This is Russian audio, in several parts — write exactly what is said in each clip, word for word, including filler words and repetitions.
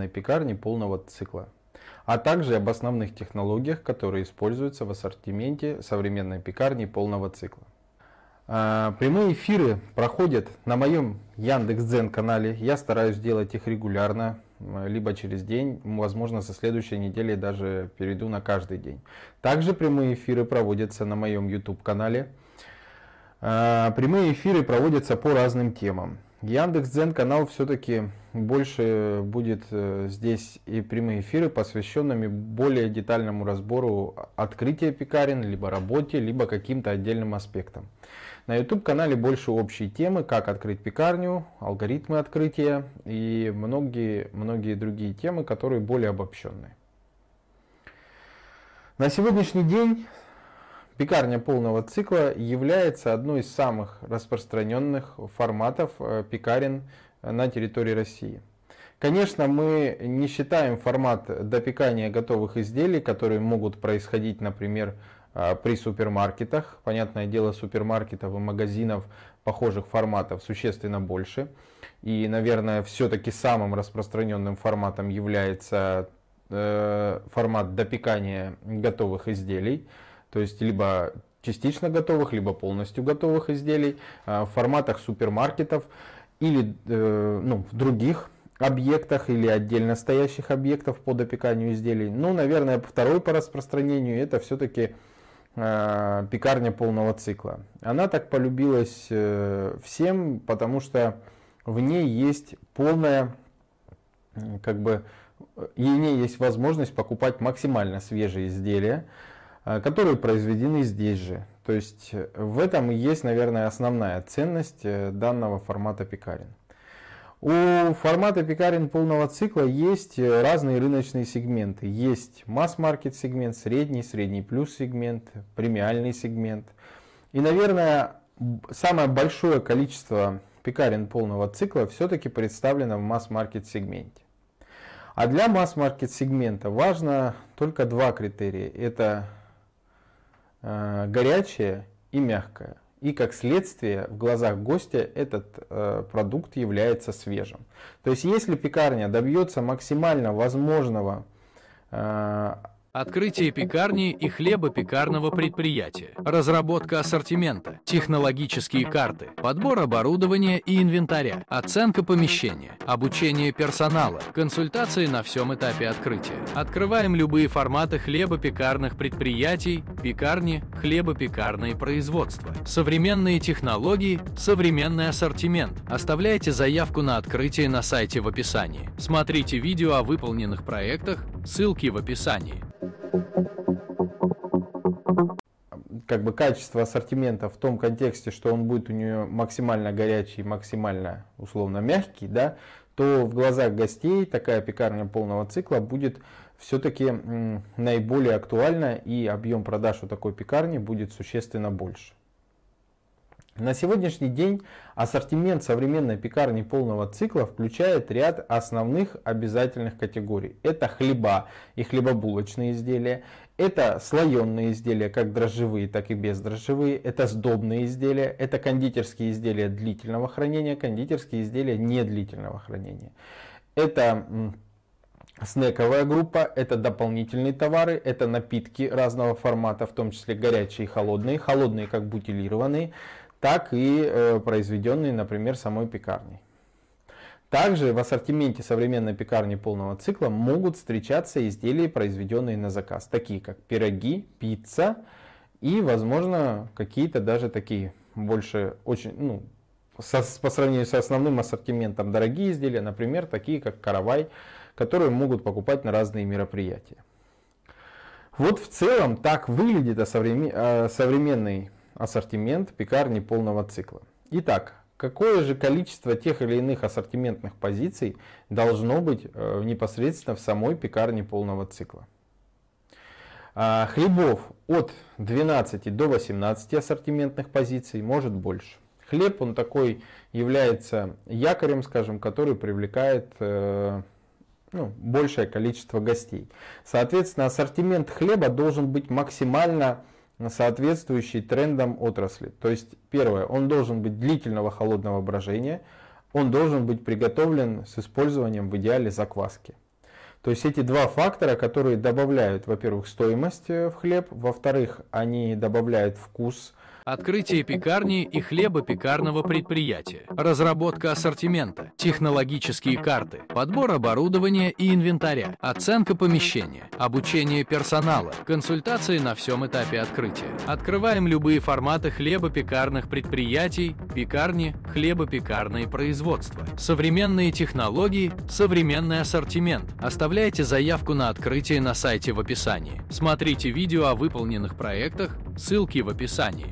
современной пекарни полного цикла, а также об основных технологиях, которые используются в ассортименте современной пекарни полного цикла. Прямые эфиры проходят на моем Яндекс.Дзен канале. Я стараюсь делать их регулярно, либо через день, возможно, со следующей недели даже перейду на каждый день. Также прямые эфиры проводятся на моем YouTube канале. Прямые эфиры проводятся по разным темам. Яндекс.Дзен канал все-таки больше будет здесь и прямые эфиры, посвященными более детальному разбору открытия пекарен, либо работе, либо каким-то отдельным аспектам. На YouTube канале больше общие темы, как открыть пекарню, алгоритмы открытия и многие, многие другие темы, которые более обобщенные. На сегодняшний день пекарня полного цикла является одной из самых распространенных форматов пекарен на территории России. Конечно, мы не считаем формат допекания готовых изделий, которые могут происходить, например, при супермаркетах. Понятное дело, супермаркетов и магазинов похожих форматов существенно больше. И, наверное, все-таки самым распространенным форматом является э, формат допекания готовых изделий. То есть, либо частично готовых, либо полностью готовых изделий э, в форматах супермаркетов или э, ну, в других объектах или отдельно стоящих объектов по допеканию изделий. Ну, наверное, второй по распространению это все-таки пекарня полного цикла. Она так полюбилась всем, потому что в ней есть полная, как бы, в ней есть возможность покупать максимально свежие изделия, которые произведены здесь же. То есть в этом и есть, наверное, основная ценность данного формата пекарен. У формата пекарен полного цикла есть разные рыночные сегменты. Есть масс-маркет сегмент, средний, средний плюс сегмент, премиальный сегмент. И, наверное, самое большое количество пекарен полного цикла все-таки представлено в масс-маркет сегменте. А для масс-маркет сегмента важно только два критерия. Это э, горячее и мягкое. И как следствие в глазах гостя этот э, продукт является свежим. То есть если пекарня добьется максимально возможного э, открытие пекарни и хлебопекарного предприятия, разработка ассортимента, технологические карты, подбор оборудования и инвентаря, оценка помещения, обучение персонала, консультации на всем этапе открытия. Открываем любые форматы хлебопекарных предприятий, пекарни, хлебопекарные производства. Современные технологии, современный ассортимент. Оставляйте заявку на открытие на сайте в описании. Смотрите видео о выполненных проектах, ссылки в описании. Как бы качество ассортимента в том контексте, что он будет у нее максимально горячий, максимально условно мягкий, да, то в глазах гостей такая пекарня полного цикла будет все-таки наиболее актуальна, и объем продаж у такой пекарни будет существенно больше. На сегодняшний день ассортимент современной пекарни полного цикла включает ряд основных обязательных категорий. Это хлеба и хлебобулочные изделия, это слоеные изделия, как дрожжевые, так и бездрожжевые, это сдобные изделия, это кондитерские изделия длительного хранения, кондитерские изделия недлительного хранения. Это снековая группа, это дополнительные товары, это напитки разного формата, в том числе горячие и холодные, холодные как бутилированные, так и э, произведенные, например, самой пекарней. Также в ассортименте современной пекарни полного цикла могут встречаться изделия, произведенные на заказ, такие как пироги, пицца и, возможно, какие-то даже такие больше, очень, ну, со, по сравнению с основным ассортиментом дорогие изделия, например, такие как каравай, которые могут покупать на разные мероприятия. Вот в целом так выглядит современный ассортимент пекарни полного цикла. Итак, какое же количество тех или иных ассортиментных позиций должно быть э, непосредственно в самой пекарне полного цикла? А, хлебов от двенадцати до восемнадцати ассортиментных позиций, может больше. Хлеб, он такой является якорем, скажем, который привлекает э, ну, большее количество гостей. Соответственно, ассортимент хлеба должен быть максимально соответствующий трендам отрасли. То есть, первое, он должен быть длительного холодного брожения, он должен быть приготовлен с использованием в идеале закваски. То есть эти два фактора, которые добавляют, во-первых, стоимость в хлеб, во-вторых, они добавляют вкус. Открытие пекарни и хлебопекарного предприятия, разработка ассортимента, технологические карты, подбор оборудования и инвентаря, оценка помещения, обучение персонала, консультации на всем этапе открытия. Открываем любые форматы хлебопекарных предприятий, пекарни, хлебопекарные производства. Современные технологии, современный ассортимент. Оставляйте заявку на открытие на сайте в описании. Смотрите видео о выполненных проектах, ссылки в описании.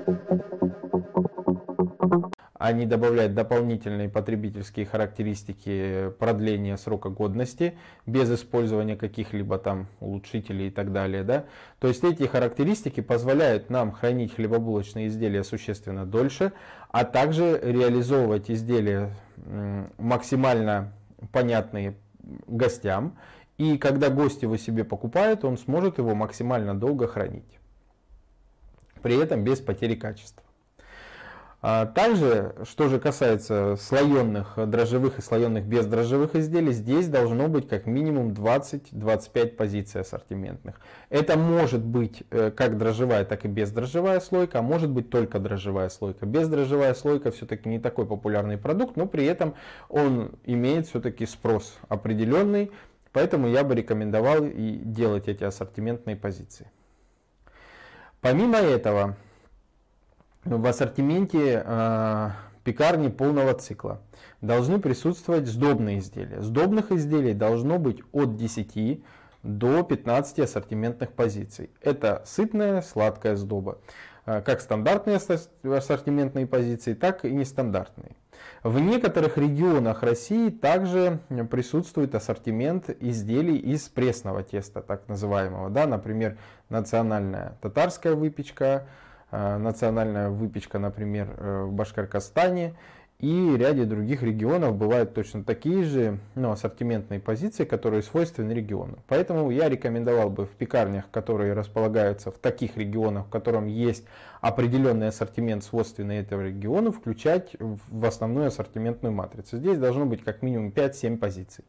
Они добавляют дополнительные потребительские характеристики продления срока годности без использования каких-либо там улучшителей и так далее. Да? То есть эти характеристики позволяют нам хранить хлебобулочные изделия существенно дольше, а также реализовывать изделия максимально понятные гостям. И когда гость его себе покупает, он сможет его максимально долго хранить. При этом без потери качества. Также, что же касается слоенных дрожжевых и слоенных бездрожжевых изделий, здесь должно быть как минимум двадцать-двадцать пять позиций ассортиментных. Это может быть как дрожжевая, так и бездрожжевая слойка, а может быть только дрожжевая слойка. Бездрожжевая слойка все-таки не такой популярный продукт, но при этом он имеет все-таки спрос определенный, поэтому я бы рекомендовал и делать эти ассортиментные позиции. Помимо этого, в ассортименте э, пекарни полного цикла должны присутствовать сдобные изделия. Сдобных изделий должно быть от десяти до пятнадцати ассортиментных позиций. Это сытная, сладкая сдоба. Э, как стандартные ассортиментные позиции, так и нестандартные. В некоторых регионах России также присутствует ассортимент изделий из пресного теста, так называемого. Да? Например, национальная татарская выпечка, национальная выпечка, например, в Башкортостане и ряде других регионов бывают точно такие же ну, ассортиментные позиции, которые свойственны региону. Поэтому я рекомендовал бы в пекарнях, которые располагаются в таких регионах, в котором есть определенный ассортимент, свойственный этому региону, включать в основную ассортиментную матрицу. Здесь должно быть как минимум пять-семь позиций.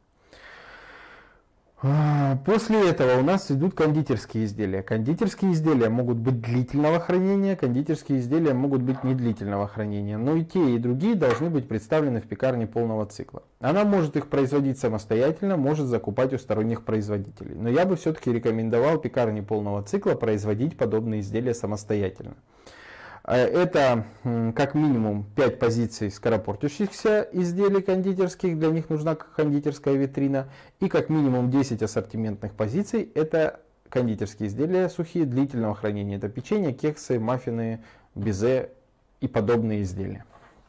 После этого у нас идут кондитерские изделия. Кондитерские изделия могут быть длительного хранения, кондитерские изделия могут быть недлительного хранения. Но и те, и другие должны быть представлены в пекарне полного цикла. Она может их производить самостоятельно, может закупать у сторонних производителей. Но я бы все-таки рекомендовал пекарне полного цикла производить подобные изделия самостоятельно. Это как минимум пять позиций скоропортящихся изделий кондитерских, для них нужна кондитерская витрина. И как минимум десять ассортиментных позиций, это кондитерские изделия сухие длительного хранения. Это печенье, кексы, маффины, безе и подобные изделия.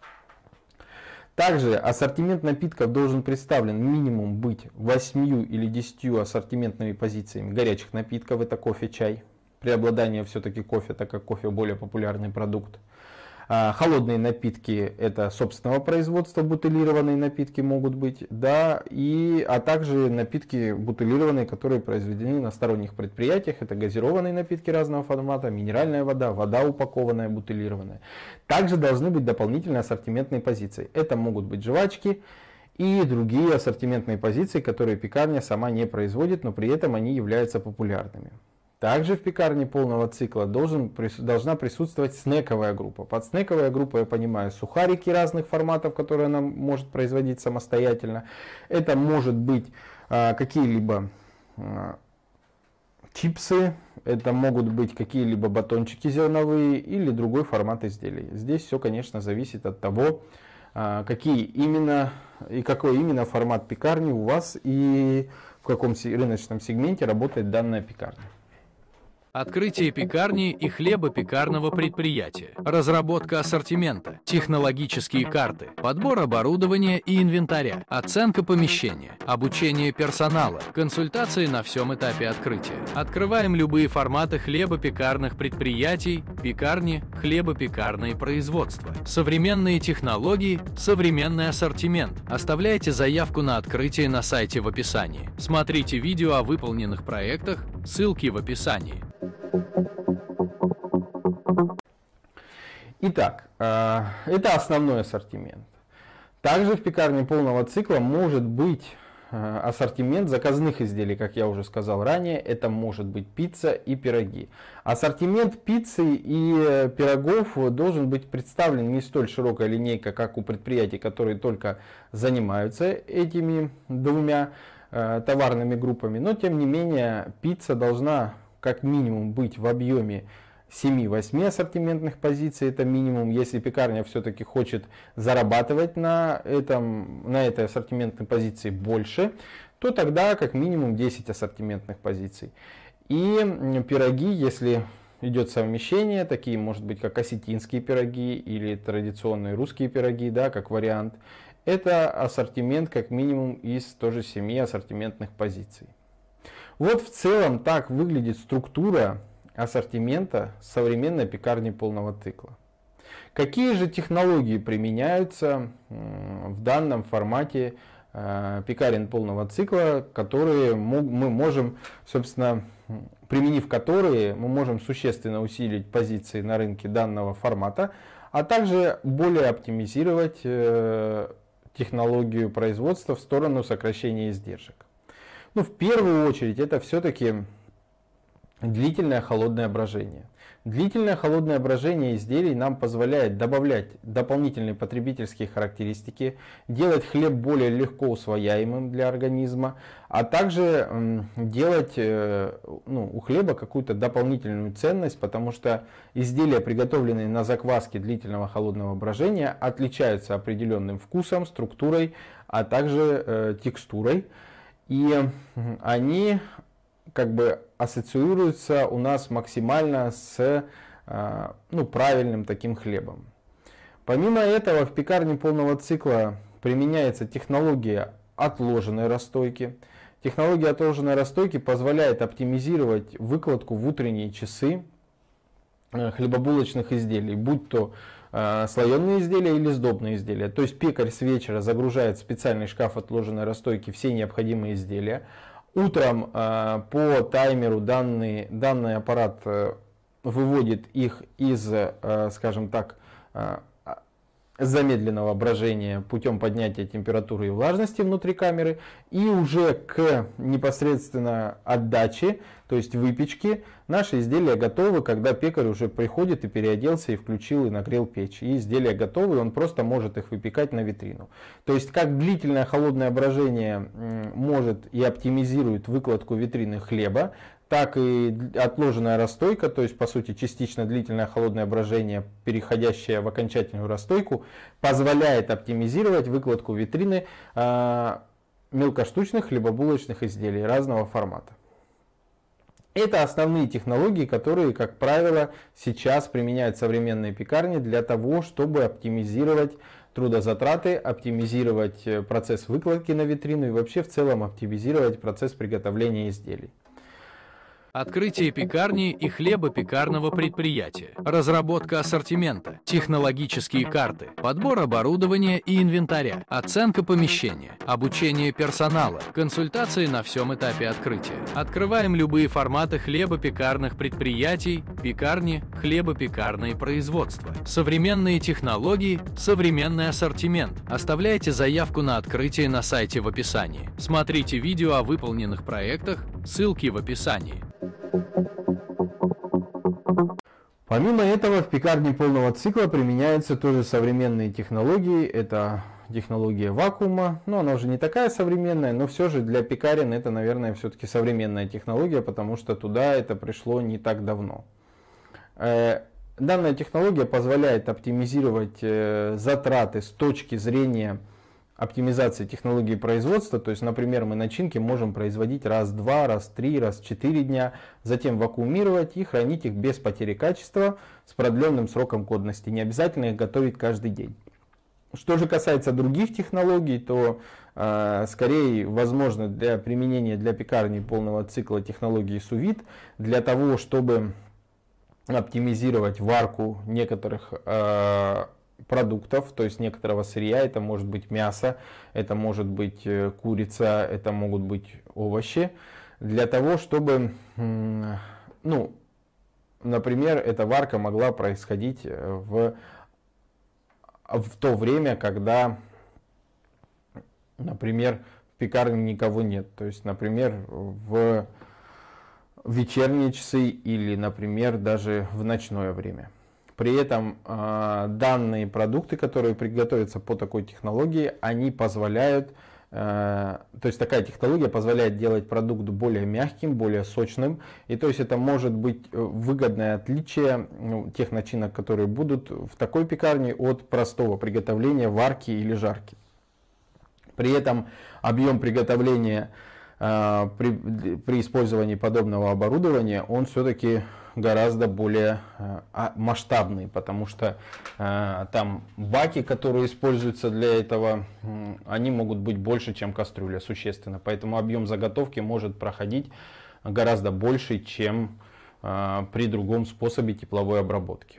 Также ассортимент напитков должен представлен минимум быть восьмью или десятью ассортиментными позициями горячих напитков, это кофе, чай. Преобладание все-таки кофе, так как кофе более популярный продукт. Холодные напитки — это собственного производства, бутылированные напитки могут быть, да, и, а также напитки бутылированные, которые произведены на сторонних предприятиях. Это газированные напитки разного формата, минеральная вода, вода упакованная, бутылированная. Также должны быть дополнительные ассортиментные позиции. Это могут быть жвачки и другие ассортиментные позиции, которые пекарня сама не производит, но при этом они являются популярными. Также в пекарне полного цикла должен, должна присутствовать снековая группа. Под снековой группой я понимаю сухарики разных форматов, которые она может производить самостоятельно. Это может быть а, какие-либо а, чипсы, это могут быть какие-либо батончики зерновые или другой формат изделий. Здесь все, конечно, зависит от того, а, какие именно и какой именно формат пекарни у вас и в каком рыночном сегменте работает данная пекарня. Открытие пекарни и хлебопекарного предприятия, разработка ассортимента, технологические карты, подбор оборудования и инвентаря, оценка помещения, обучение персонала, консультации на всем этапе открытия. Открываем любые форматы хлебопекарных предприятий, пекарни, хлебопекарные производства. Современные технологии, современный ассортимент. Оставляйте заявку на открытие на сайте в описании. Смотрите видео о выполненных проектах, ссылки в описании. Итак, это основной ассортимент. Также в пекарне полного цикла может быть ассортимент заказных изделий, как я уже сказал ранее, это может быть пицца и пироги. Ассортимент пиццы и пирогов должен быть представлен не столь широкой линейкой, как у предприятий, которые только занимаются этими двумя э, товарными группами, но тем не менее пицца должна как минимум быть в объеме семи-восьми ассортиментных позиций, это минимум. Если пекарня все-таки хочет зарабатывать на, этом, на этой ассортиментной позиции больше, то тогда как минимум десять ассортиментных позиций. И пироги, если идет совмещение, такие может быть как осетинские пироги или традиционные русские пироги, да, как вариант, это ассортимент как минимум из тоже семи ассортиментных позиций. Вот в целом так выглядит структура ассортимента современной пекарни полного цикла. Какие же технологии применяются в данном формате пекарен полного цикла, которые мы можем, собственно, применив которые, мы можем существенно усилить позиции на рынке данного формата, а также более оптимизировать технологию производства в сторону сокращения издержек. Ну, в первую очередь это все-таки длительное холодное брожение. Длительное холодное брожение изделий нам позволяет добавлять дополнительные потребительские характеристики, делать хлеб более легко усвояемым для организма, а также делать ну, у хлеба какую-то дополнительную ценность, потому что изделия, приготовленные на закваске длительного холодного брожения, отличаются определенным вкусом, структурой, а также э, текстурой. И они как бы ассоциируются у нас максимально с ну, правильным таким хлебом. Помимо этого в пекарне полного цикла применяется технология отложенной расстойки. Технология отложенной расстойки позволяет оптимизировать выкладку в утренние часы хлебобулочных изделий, будь то слоеные изделия или сдобные изделия. То есть пекарь с вечера загружает в специальный шкаф отложенной расстойки все необходимые изделия. Утром э, по таймеру данный, данный аппарат э, выводит их из, э, скажем так, э, замедленного брожения путем поднятия температуры и влажности внутри камеры. И уже к непосредственно отдаче, то есть выпечке, наши изделия готовы, когда пекарь уже приходит и переоделся, и включил, и нагрел печь. И изделия готовы, и он просто может их выпекать на витрину. То есть как длительное холодное брожение может и оптимизирует выкладку витрины хлеба, так и отложенная расстойка, то есть по сути частично длительное холодное брожение, переходящее в окончательную расстойку, позволяет оптимизировать выкладку витрины э, мелкоштучных хлебобулочных изделий разного формата. Это основные технологии, которые, как правило, сейчас применяют современные пекарни для того, чтобы оптимизировать трудозатраты, оптимизировать процесс выкладки на витрину и вообще в целом оптимизировать процесс приготовления изделий. Открытие пекарни и хлебопекарного предприятия, разработка ассортимента, технологические карты, подбор оборудования и инвентаря, оценка помещения, обучение персонала, консультации на всем этапе открытия. Открываем любые форматы хлебопекарных предприятий, пекарни, хлебопекарные производства. Современные технологии, современный ассортимент. Оставляйте заявку на открытие на сайте в описании. Смотрите видео о выполненных проектах, ссылки в описании. Помимо этого в пекарне полного цикла применяются тоже современные технологии. Это технология вакуума. Но она уже не такая современная, но все же для пекарен это, наверное, все-таки современная технология, потому что туда это пришло не так давно. Данная технология позволяет оптимизировать затраты с точки зрения оптимизации технологии производства. То есть, например, мы начинки можем производить раз в два, раз в три, раз в четыре дня, затем вакуумировать и хранить их без потери качества с продленным сроком годности. Не обязательно их готовить каждый день. Что же касается других технологий, то э, скорее возможно для применения для пекарни полного цикла технологии сous-vide для того, чтобы оптимизировать варку некоторых э, продуктов, то есть некоторого сырья. Это может быть мясо, это может быть курица, это могут быть овощи, для того, чтобы, ну, например, эта варка могла происходить в, в то время, когда, например, в пекарне никого нет. То есть, например, в вечерние часы или, например, даже в ночное время. При этом э, данные продукты, которые приготовятся по такой технологии, они позволяют, э, то есть такая технология позволяет делать продукт более мягким, более сочным. И то есть это может быть выгодное отличие, ну, тех начинок, которые будут в такой пекарне, от простого приготовления варки или жарки. При этом объем приготовления э, при, при использовании подобного оборудования, он все-таки гораздо более э, масштабный, потому что э, там баки, которые используются для этого, э, они могут быть больше, чем кастрюля, существенно. Поэтому объем заготовки может проходить гораздо больше, чем э, при другом способе тепловой обработки.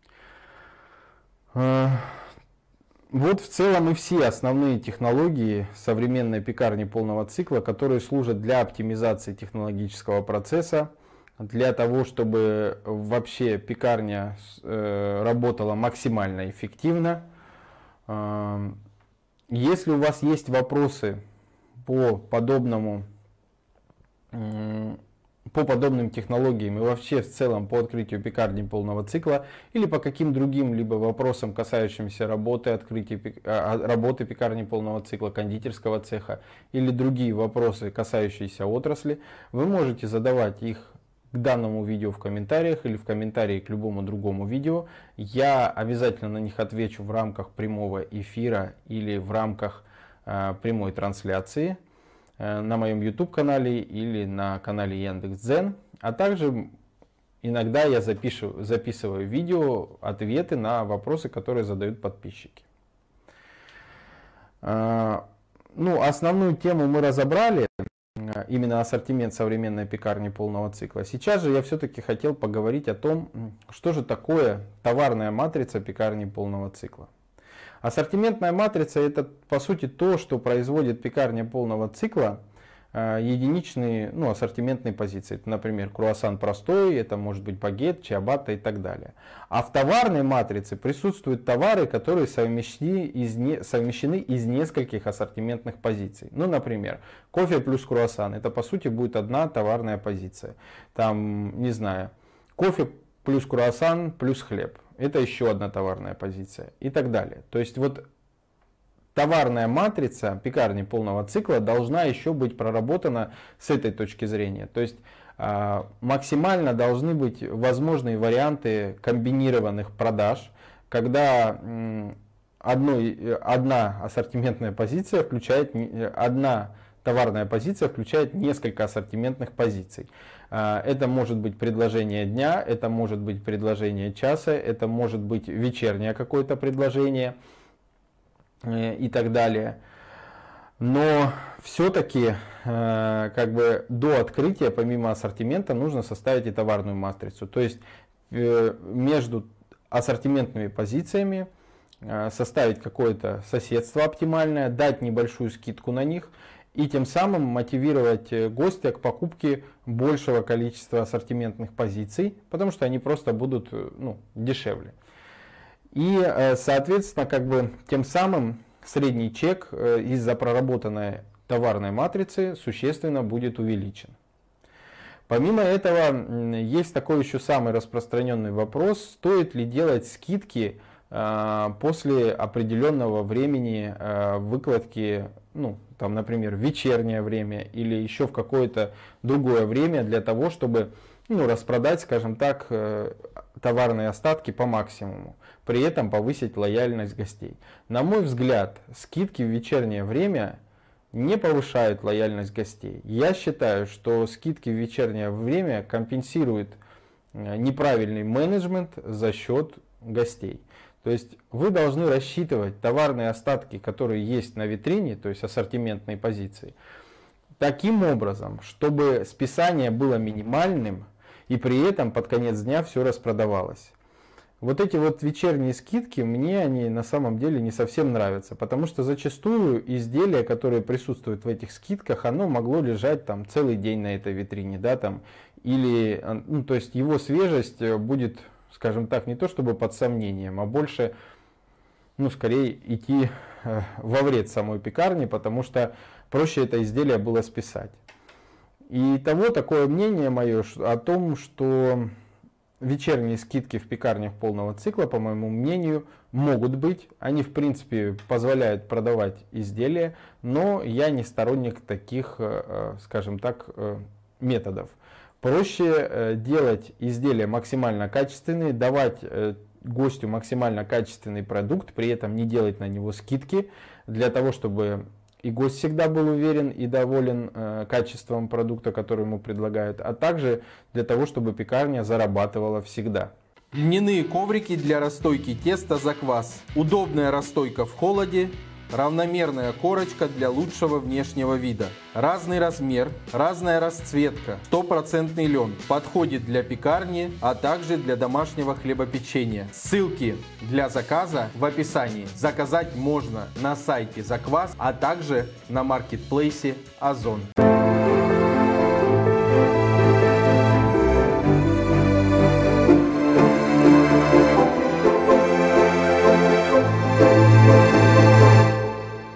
Э, вот в целом и все основные технологии современной пекарни полного цикла, которые служат для оптимизации технологического процесса, для того, чтобы вообще пекарня э, работала максимально эффективно. Э, если у вас есть вопросы по подобному, э, по подобным технологиям и вообще в целом по открытию пекарни полного цикла или по каким другим либо вопросам, касающимся работы, открытия, работы пекарни полного цикла, кондитерского цеха или другие вопросы, касающиеся отрасли, вы можете задавать их к данному видео в комментариях или в комментарии к любому другому видео. Я обязательно на них отвечу в рамках прямого эфира или в рамках э, прямой трансляции э, на моем YouTube канале или на канале Яндекс.Дзен. А также иногда я запишу, записываю видео, ответы на вопросы, которые задают подписчики. Э, ну, основную тему мы разобрали. Именно ассортимент современной пекарни полного цикла. Сейчас же я все-таки хотел поговорить о том, что же такое товарная матрица пекарни полного цикла. Ассортиментная матрица — это по сути то, что производит пекарня полного цикла, единичные, ну, ассортиментные позиции. Это, например, круассан простой, это может быть багет, чиабатта и так далее. А в товарной матрице присутствуют товары, которые совмещены из, не, совмещены из нескольких ассортиментных позиций. Ну, например, кофе плюс круассан. Это по сути будет одна товарная позиция. Там, не знаю, кофе плюс круассан плюс хлеб. Это еще одна товарная позиция и так далее. То есть вот товарная матрица пекарни полного цикла должна еще быть проработана с этой точки зрения. То есть э, максимально должны быть возможные варианты комбинированных продаж, когда э, одной, одна ассортиментная позиция включает, одна товарная позиция включает несколько ассортиментных позиций. Э, это может быть предложение дня, это может быть предложение часа, это может быть вечернее какое-то предложение и так далее. Но все-таки э, как бы до открытия помимо ассортимента нужно составить и товарную матрицу. То есть э, между ассортиментными позициями э, составить какое-то соседство оптимальное, дать небольшую скидку на них и тем самым мотивировать гостя к покупке большего количества ассортиментных позиций, потому что они просто будут, ну, дешевле. И, соответственно, как бы тем самым средний чек из-за проработанной товарной матрицы существенно будет увеличен. Помимо этого, есть такой еще самый распространенный вопрос: стоит ли делать скидки после определенного времени выкладки, ну, там, например, в вечернее время или еще в какое-то другое время для того, чтобы, ну, распродать, скажем так, товарные остатки по максимуму, при этом повысить лояльность гостей. На мой взгляд, скидки в вечернее время не повышают лояльность гостей. Я считаю, что скидки в вечернее время компенсируют неправильный менеджмент за счет гостей. То есть вы должны рассчитывать товарные остатки, которые есть на витрине, то есть ассортиментные позиции, таким образом, чтобы списание было минимальным и при этом под конец дня все распродавалось. Вот эти вот вечерние скидки, мне они на самом деле не совсем нравятся, потому что зачастую изделие, которое присутствует в этих скидках, оно могло лежать там целый день на этой витрине, да, там, или, ну, то есть его свежесть будет, скажем так, не то чтобы под сомнением, а больше, ну, скорее идти во вред самой пекарни, потому что проще это изделие было списать. И того такое мнение мое о том, что вечерние скидки в пекарнях полного цикла, по моему мнению, могут быть. Они, в принципе, позволяют продавать изделия, но я не сторонник таких, скажем так, методов. Проще делать изделия максимально качественные, давать гостю максимально качественный продукт, при этом не делать на него скидки, для того, чтобы и гость всегда был уверен и доволен э, качеством продукта, который ему предлагают, а также для того, чтобы пекарня зарабатывала всегда. Льняные коврики для расстойки теста за квас. Удобная расстойка в холоде. Равномерная корочка для лучшего внешнего вида. Разный размер, разная расцветка. Стопроцентный лен. Подходит для пекарни, а также для домашнего хлебопечения. Ссылки для заказа в описании. Заказать можно на сайте Заквас, а также на маркетплейсе Озон.